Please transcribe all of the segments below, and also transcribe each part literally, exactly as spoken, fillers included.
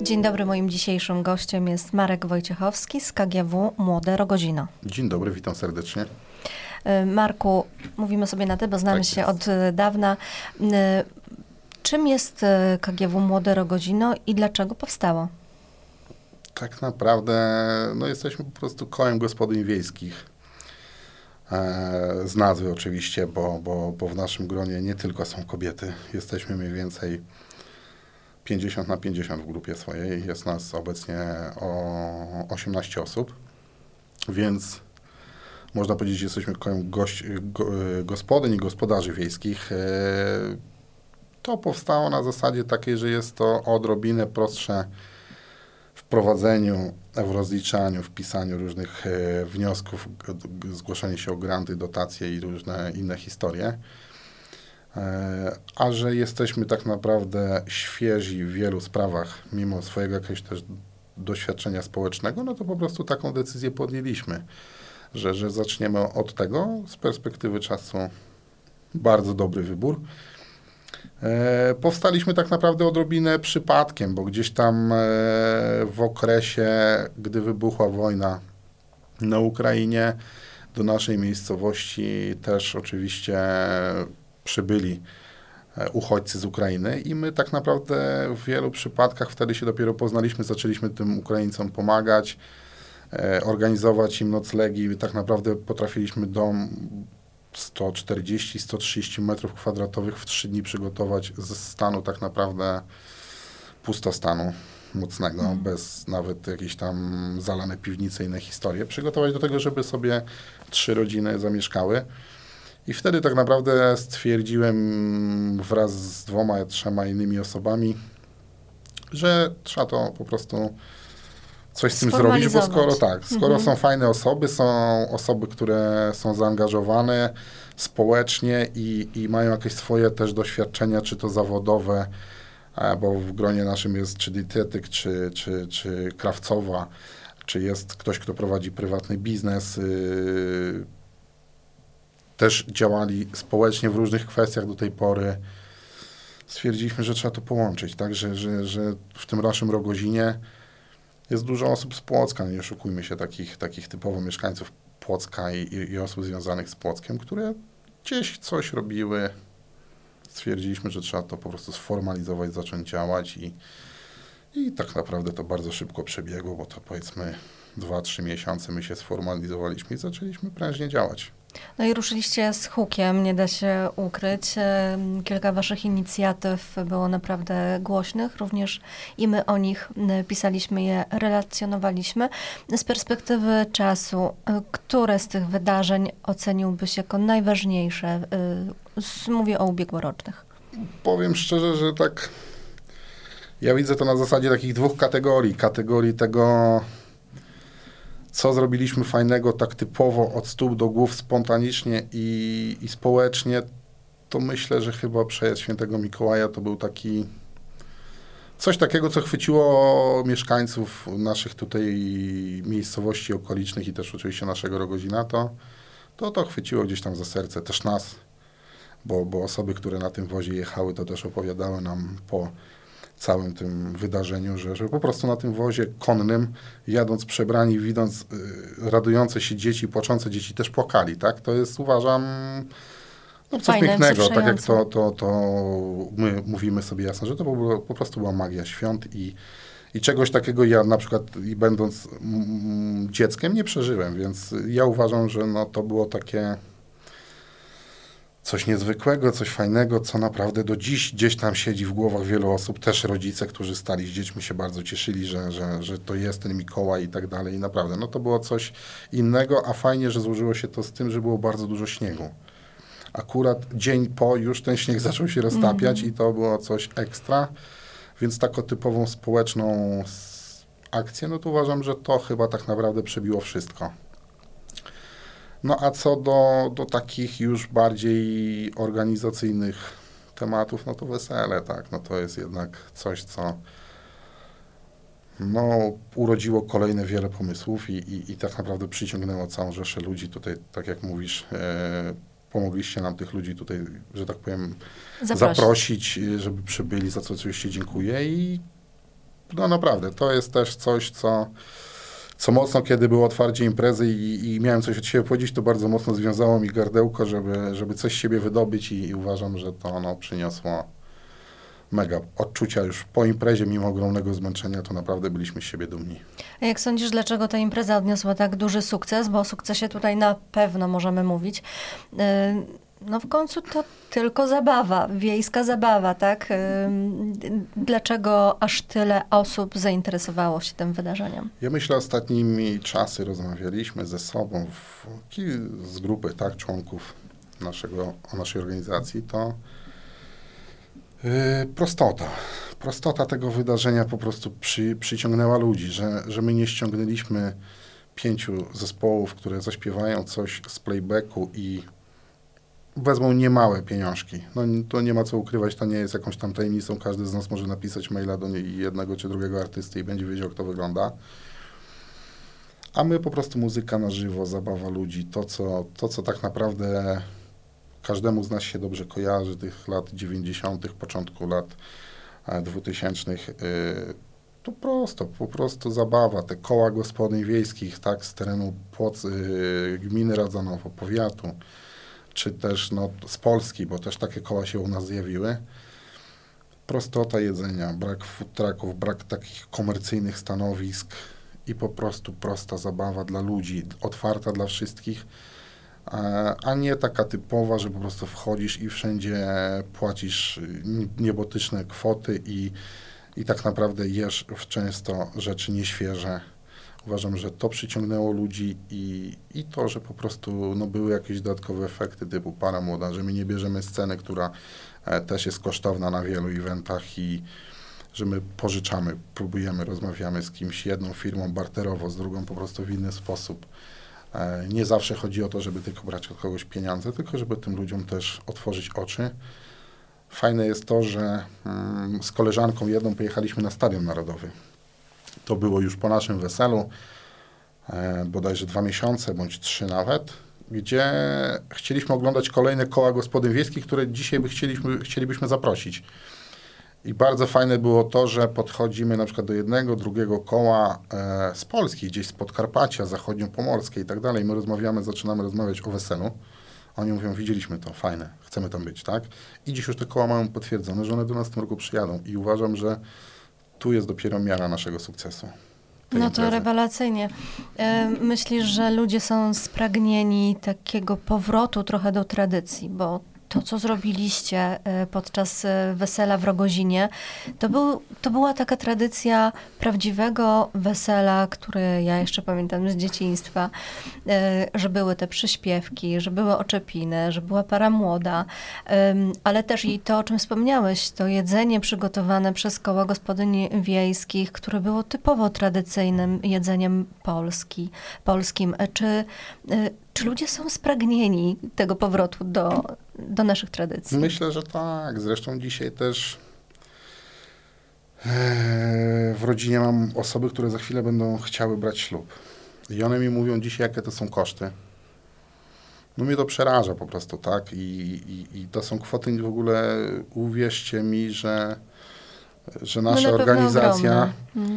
Dzień dobry, moim dzisiejszym gościem jest Marek Wojciechowski z K G W Młode Rogoźno. Dzień dobry, witam serdecznie. Marku, mówimy sobie na ty, bo znamy Tak się jest. od dawna. Czym jest K G W Młode Rogoźno i dlaczego powstało? Tak naprawdę no jesteśmy po prostu kołem gospodyń wiejskich. E, z nazwy oczywiście, bo, bo, bo w naszym gronie nie tylko są kobiety. Jesteśmy mniej więcej pięćdziesiąt na pięćdziesiąt w grupie swojej. Jest nas obecnie o osiemnaście osób, więc można powiedzieć, że jesteśmy kołem gość, go, gospodyń i gospodarzy wiejskich. E, to powstało na zasadzie takiej, że jest to odrobinę prostsze w prowadzeniu, w rozliczaniu, w pisaniu różnych e, wniosków, g- zgłoszenie się o granty, dotacje i różne inne historie. E, a że jesteśmy tak naprawdę świeżi w wielu sprawach, mimo swojego jakiegoś też doświadczenia społecznego, no to po prostu taką decyzję podjęliśmy, że, że zaczniemy od tego. Z perspektywy czasu bardzo dobry wybór. E, powstaliśmy tak naprawdę odrobinę przypadkiem, bo gdzieś tam e, w okresie, gdy wybuchła wojna na Ukrainie, do naszej miejscowości też oczywiście przybyli e, uchodźcy z Ukrainy i my tak naprawdę w wielu przypadkach wtedy się dopiero poznaliśmy, zaczęliśmy tym Ukraińcom pomagać, e, organizować im noclegi. Tak naprawdę potrafiliśmy dom sto czterdzieści do stu trzydziestu metrów kwadratowych w trzy dni przygotować ze stanu tak naprawdę pustostanu mocnego, mm. bez nawet jakiejś tam zalane piwnice i inne historie. Przygotować do tego, żeby sobie trzy rodziny zamieszkały. I wtedy tak naprawdę stwierdziłem wraz z dwoma, trzema innymi osobami, że trzeba to po prostu coś z tym zrobić, bo skoro tak, skoro mhm. są fajne osoby, są osoby, które są zaangażowane społecznie i, i mają jakieś swoje też doświadczenia, czy to zawodowe, bo w gronie naszym jest czy dietetyk, czy, czy, czy krawcowa, czy jest ktoś, kto prowadzi prywatny biznes, yy, też działali społecznie w różnych kwestiach do tej pory. Stwierdziliśmy, że trzeba to połączyć, tak, że, że, że w tym naszym Rogozinie jest dużo osób z Płocka, nie oszukujmy się, takich, takich typowo mieszkańców Płocka i, i osób związanych z Płockiem, które gdzieś coś robiły. Stwierdziliśmy, że trzeba to po prostu sformalizować, zacząć działać i, i tak naprawdę to bardzo szybko przebiegło, bo to powiedzmy dwa, trzy miesiące my się sformalizowaliśmy i zaczęliśmy prężnie działać. No i ruszyliście z hukiem, nie da się ukryć. Kilka waszych inicjatyw było naprawdę głośnych, również i my o nich pisaliśmy je, relacjonowaliśmy. Z perspektywy czasu, które z tych wydarzeń oceniłbyś jako najważniejsze? Mówię o ubiegłorocznych. Powiem szczerze, że tak ja widzę to na zasadzie takich dwóch kategorii. Kategorii tego, co zrobiliśmy fajnego, tak typowo od stóp do głów, spontanicznie i, i społecznie, to myślę, że chyba przejazd Świętego Mikołaja to był taki coś takiego, co chwyciło mieszkańców naszych tutaj miejscowości okolicznych i też oczywiście naszego Rogozina, to to, to chwyciło gdzieś tam za serce, też nas, bo, bo osoby, które na tym wozie jechały, to też opowiadały nam po całym tym wydarzeniu, że, że po prostu na tym wozie konnym, jadąc przebrani, widząc y, radujące się dzieci, płaczące dzieci, też płakali, tak? To jest, uważam, no, coś Fajne, pięknego, tak jak to, to, to my mówimy sobie jasno, że to było, po prostu była magia świąt i, i czegoś takiego ja na przykład i będąc mm, dzieckiem nie przeżyłem, więc ja uważam, że no, to było takie coś niezwykłego, coś fajnego, co naprawdę do dziś gdzieś tam siedzi w głowach wielu osób. Też rodzice, którzy stali z dziećmi, się bardzo cieszyli, że, że, że to jest ten Mikołaj i tak dalej. I naprawdę, no to było coś innego, a fajnie, że złożyło się to z tym, że było bardzo dużo śniegu. Akurat dzień po już ten śnieg zaczął się roztapiać mm. i to było coś ekstra. Więc taką typową społeczną akcję, no to uważam, że to chyba tak naprawdę przebiło wszystko. No a co do, do takich już bardziej organizacyjnych tematów, no to wesele, tak, no to jest jednak coś, co no, urodziło kolejne wiele pomysłów i, i, i tak naprawdę przyciągnęło całą rzeszę ludzi tutaj, tak jak mówisz, e, pomogliście nam tych ludzi tutaj, że tak powiem, zaprosić. zaprosić, żeby przybyli, za co oczywiście dziękuję i no naprawdę, to jest też coś, co, co mocno, kiedy było otwarcie imprezy i, i miałem coś od siebie powiedzieć, to bardzo mocno związało mi gardełko, żeby, żeby coś z siebie wydobyć i, i uważam, że to no, przyniosło mega odczucia już po imprezie, mimo ogromnego zmęczenia, to naprawdę byliśmy z siebie dumni. A jak sądzisz, dlaczego ta impreza odniosła tak duży sukces? Bo o sukcesie tutaj na pewno możemy mówić. No w końcu to tylko zabawa, wiejska zabawa, tak? Dlaczego aż tyle osób zainteresowało się tym wydarzeniem? Ja myślę, ostatnimi czasy rozmawialiśmy ze sobą w, z grupy, tak, członków naszego, naszej organizacji, to yy, prostota. Prostota tego wydarzenia po prostu przy, przyciągnęła ludzi, że, że my nie ściągnęliśmy pięciu zespołów, które zaśpiewają coś z playbacku i wezmą niemałe pieniążki. No to nie ma co ukrywać, to nie jest jakąś tam tajemnicą. Każdy z nas może napisać maila do jednego czy drugiego artysty i będzie wiedział, jak to wygląda. A my po prostu muzyka na żywo, zabawa ludzi, to co, to, co tak naprawdę każdemu z nas się dobrze kojarzy, tych lat dziewięćdziesiątych, początku lat dwutysięcznych. Yy, to prosto, po prostu zabawa. Te koła gospodyń wiejskich, tak, z terenu Płoc, yy, gminy Radzanowo, powiatu, czy też no, z Polski, bo też takie koła się u nas zjawiły. Prostota jedzenia, brak food trucków, brak takich komercyjnych stanowisk i po prostu prosta zabawa dla ludzi, otwarta dla wszystkich, a nie taka typowa, że po prostu wchodzisz i wszędzie płacisz niebotyczne kwoty i, i tak naprawdę jesz często rzeczy nieświeże. Uważam, że to przyciągnęło ludzi i, i to, że po prostu no, były jakieś dodatkowe efekty typu para młoda, że my nie bierzemy sceny, która e, też jest kosztowna na wielu eventach i że my pożyczamy, próbujemy, rozmawiamy z kimś, jedną firmą barterowo, z drugą po prostu w inny sposób. E, nie zawsze chodzi o to, żeby tylko brać od kogoś pieniądze, tylko żeby tym ludziom też otworzyć oczy. Fajne jest to, że mm, z koleżanką jedną pojechaliśmy na Stadion Narodowy. To było już po naszym weselu, e, bodajże dwa miesiące, bądź trzy nawet, gdzie chcieliśmy oglądać kolejne koła gospodyń wiejskich, które dzisiaj by chcieliśmy, chcielibyśmy zaprosić. I bardzo fajne było to, że podchodzimy na przykład do jednego, drugiego koła e, z Polski, gdzieś z Podkarpacia, zachodniopomorskie i tak dalej. My rozmawiamy, zaczynamy rozmawiać o weselu. Oni mówią, widzieliśmy to, fajne, chcemy tam być, tak? I dziś już te koła mają potwierdzone, że one do nas w tym roku przyjadą. I uważam, że tu jest dopiero miara naszego sukcesu. No to rewelacyjnie. Myślisz, że ludzie są spragnieni takiego powrotu trochę do tradycji, bo to, co zrobiliście podczas wesela w Rogozinie, to, był, to była taka tradycja prawdziwego wesela, które ja jeszcze pamiętam z dzieciństwa, że były te przyśpiewki, że były oczepiny, że była para młoda, ale też i to, o czym wspomniałeś, to jedzenie przygotowane przez koła gospodyń wiejskich, które było typowo tradycyjnym jedzeniem Polski, polskim. Czy Czy ludzie są spragnieni tego powrotu do, do naszych tradycji? Myślę, że tak. Zresztą dzisiaj też e, w rodzinie mam osoby, które za chwilę będą chciały brać ślub. I one mi mówią dzisiaj, jakie to są koszty. No mnie to przeraża po prostu, tak? I, i, i to są kwoty w ogóle, uwierzcie mi, że, że nasza no organizacja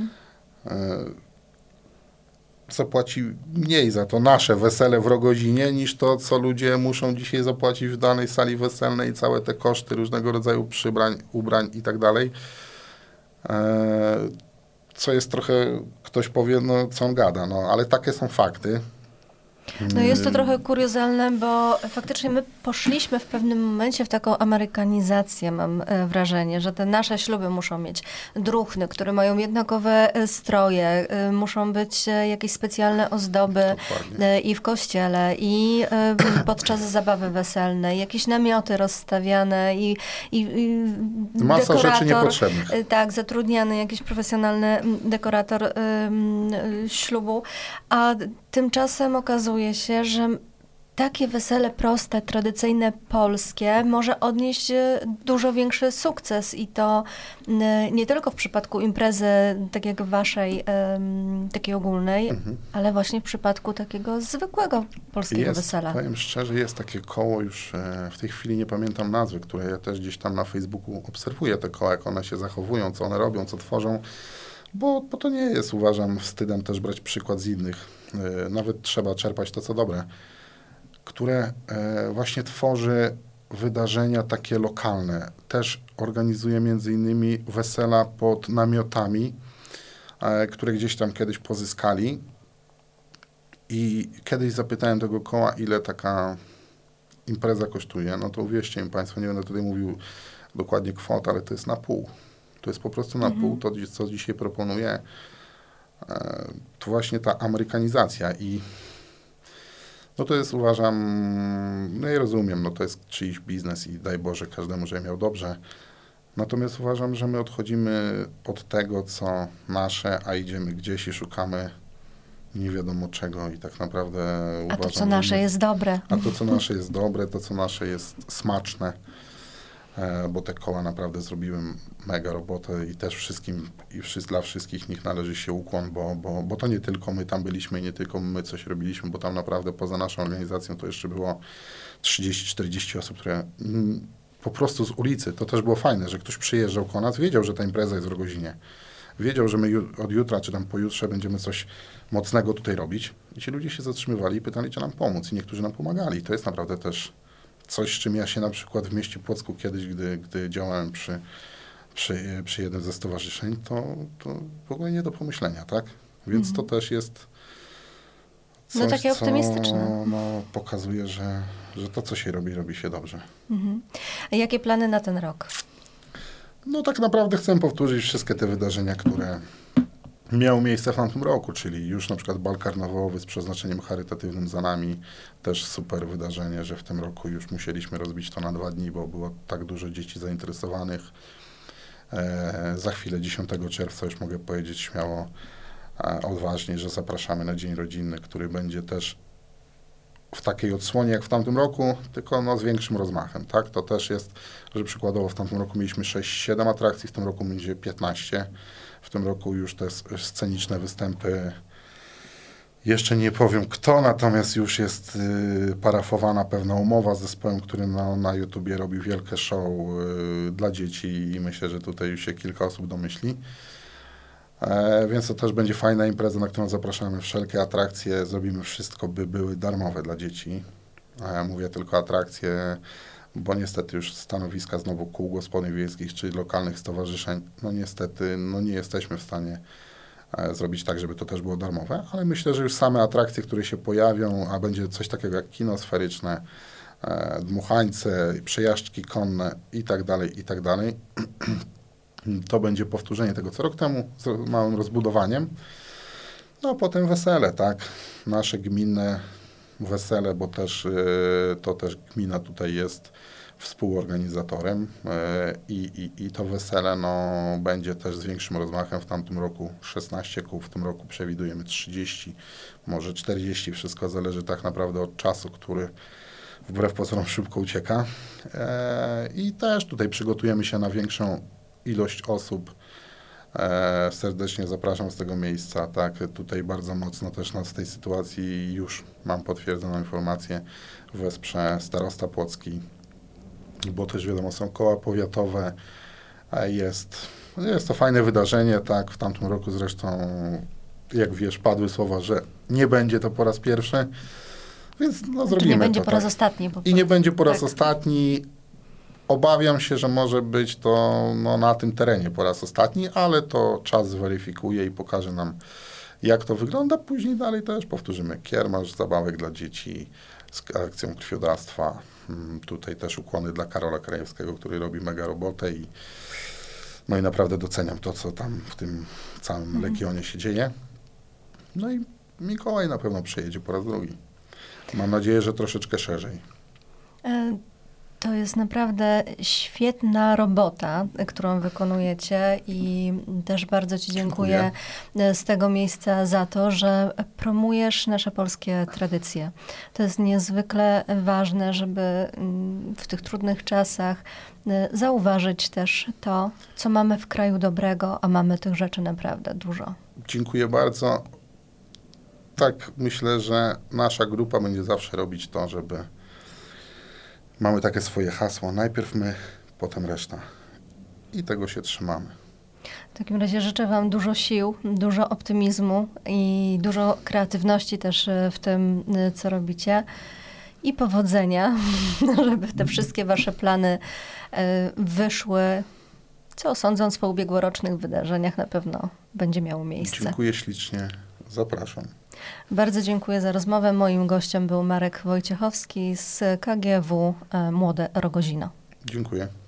zapłaci mniej za to nasze wesele w Rogozinie, niż to, co ludzie muszą dzisiaj zapłacić w danej sali weselnej, całe te koszty różnego rodzaju przybrań, ubrań i tak dalej. Co jest trochę, ktoś powie, no co on gada, no ale takie są fakty. No jest to trochę kuriozalne, bo faktycznie my poszliśmy w pewnym momencie w taką amerykanizację, mam wrażenie, że te nasze śluby muszą mieć druchny, które mają jednakowe stroje, muszą być jakieś specjalne ozdoby Dokładnie. i w kościele, i podczas zabawy weselnej, jakieś namioty rozstawiane i, i, i masa rzeczy niepotrzebnych. Tak, zatrudniany jakiś profesjonalny dekorator um, ślubu, a tymczasem okazuje się, że takie wesele proste, tradycyjne, polskie może odnieść dużo większy sukces i to nie tylko w przypadku imprezy tak jak waszej, takiej ogólnej, mhm. ale właśnie w przypadku takiego zwykłego polskiego jest, wesela. Powiem szczerze, jest takie koło już, w tej chwili nie pamiętam nazwy, które ja też gdzieś tam na Facebooku obserwuję te koła, jak one się zachowują, co one robią, co tworzą. Bo, bo to nie jest, uważam, wstydem też brać przykład z innych. E, nawet trzeba czerpać to, co dobre, które e, właśnie tworzy wydarzenia takie lokalne. Też organizuje między innymi wesela pod namiotami, e, które gdzieś tam kiedyś pozyskali. I kiedyś zapytałem tego koła, ile taka impreza kosztuje. No to uwierzcie mi Państwo, nie będę tutaj mówił dokładnie kwot, ale to jest na pół. To jest po prostu na Mhm. pół, to co dzisiaj proponuję, e, to właśnie ta amerykanizacja i no to jest, uważam, no i rozumiem, no to jest czyjś biznes i daj Boże każdemu, żeby miał dobrze. Natomiast uważam, że my odchodzimy od tego, co nasze, a idziemy gdzieś i szukamy nie wiadomo czego i tak naprawdę A uważam, to, co nasze my, jest dobre. a to, co nasze jest dobre, to, co nasze jest smaczne, e, bo te koła naprawdę zrobiły mega robotę i też wszystkim, i wszyscy, dla wszystkich nich należy się ukłon, bo, bo, bo to nie tylko my tam byliśmy i nie tylko my coś robiliśmy, bo tam naprawdę poza naszą organizacją to jeszcze było trzydzieści czterdzieści osób, które mm, po prostu z ulicy, to też było fajne, że ktoś przyjeżdżał koło nas, wiedział, że ta impreza jest w Rogozinie. Wiedział, że my ju- od jutra, czy tam pojutrze będziemy coś mocnego tutaj robić. I ci ludzie się zatrzymywali i pytali, czy nam pomóc. I niektórzy nam pomagali. I to jest naprawdę też coś, z czym ja się na przykład w mieście Płocku kiedyś, gdy, gdy działałem przy, przy, przy jednym ze stowarzyszeń, to, to w ogóle nie do pomyślenia, tak? Więc Mhm. to też jest coś, No takie optymistyczne. co no, pokazuje, że, że to, co się robi, robi się dobrze. Mhm. A jakie plany na ten rok? No tak naprawdę chcę powtórzyć wszystkie te wydarzenia, które miały miejsce w tamtym roku, czyli już na przykład bal karnawałowy z przeznaczeniem charytatywnym za nami, też super wydarzenie, że w tym roku już musieliśmy rozbić to na dwa dni, bo było tak dużo dzieci zainteresowanych. E, za chwilę, dziesiątego czerwca, już mogę powiedzieć śmiało, e, odważnie, że zapraszamy na Dzień Rodzinny, który będzie też w takiej odsłonie jak w tamtym roku, tylko no z większym rozmachem, tak? To też jest, że przykładowo w tamtym roku mieliśmy sześć siedem atrakcji, w tym roku będzie piętnaście. W tym roku już te sceniczne występy, jeszcze nie powiem kto, natomiast już jest y, parafowana pewna umowa z zespołem, który na, na YouTubie robi wielkie show y, dla dzieci i myślę, że tutaj już się kilka osób domyśli. E, więc to też będzie fajna impreza, na którą zapraszamy wszelkie atrakcje. Zrobimy wszystko, by były darmowe dla dzieci. E, mówię tylko atrakcje, bo niestety już stanowiska znowu kół gospodyń wiejskich czy lokalnych stowarzyszeń, no niestety no nie jesteśmy w stanie e, zrobić tak, żeby to też było darmowe, ale myślę, że już same atrakcje, które się pojawią, a będzie coś takiego jak kino sferyczne, e, dmuchańce, przejażdżki konne i tak dalej, i tak dalej. To będzie powtórzenie tego co rok temu z małym rozbudowaniem. No a potem wesele, tak? Nasze gminne wesele, bo też y, to też gmina tutaj jest współorganizatorem y, i, i, i to wesele no, będzie też z większym rozmachem. W tamtym roku szesnaście kół, w tym roku przewidujemy trzydzieści, może czterdzieści. Wszystko zależy tak naprawdę od czasu, który wbrew pozorom szybko ucieka. Y, I też tutaj przygotujemy się na większą ilość osób. E, serdecznie zapraszam z tego miejsca, tak, tutaj bardzo mocno też nas w tej sytuacji już mam potwierdzoną informację, wesprze starosta płocki, bo też wiadomo, są koła powiatowe, a jest, jest to fajne wydarzenie, tak, w tamtym roku zresztą, jak wiesz, padły słowa, że nie będzie to po raz pierwszy, więc no zrobimy to nie będzie to, po raz tak. ostatni. Po I nie będzie po raz tak. ostatni. Obawiam się, że może być to no, na tym terenie po raz ostatni, ale to czas zweryfikuje i pokaże nam, jak to wygląda. Później dalej też powtórzymy kiermasz, zabawek dla dzieci z akcją krwiodawstwa. Tutaj też ukłony dla Karola Krajewskiego, który robi mega robotę i no i naprawdę doceniam to, co tam w tym całym mhm. Legionie się dzieje. No i Mikołaj na pewno przyjedzie po raz drugi. Mam nadzieję, że troszeczkę szerzej. E To jest naprawdę świetna robota, którą wykonujecie i też bardzo Ci dziękuję, dziękuję z tego miejsca za to, że promujesz nasze polskie tradycje. To jest niezwykle ważne, żeby w tych trudnych czasach zauważyć też to, co mamy w kraju dobrego, a mamy tych rzeczy naprawdę dużo. Dziękuję bardzo. Tak, myślę, że nasza grupa będzie zawsze robić to, żeby mamy takie swoje hasło. Najpierw my, potem reszta. I tego się trzymamy. W takim razie życzę Wam dużo sił, dużo optymizmu i dużo kreatywności też w tym, co robicie. I powodzenia, żeby te wszystkie Wasze plany wyszły, co sądząc po ubiegłorocznych wydarzeniach na pewno będzie miało miejsce. Dziękuję ślicznie. Zapraszam. Bardzo dziękuję za rozmowę. Moim gościem był Marek Wojciechowski z K G W Młode Rogozino. Dziękuję.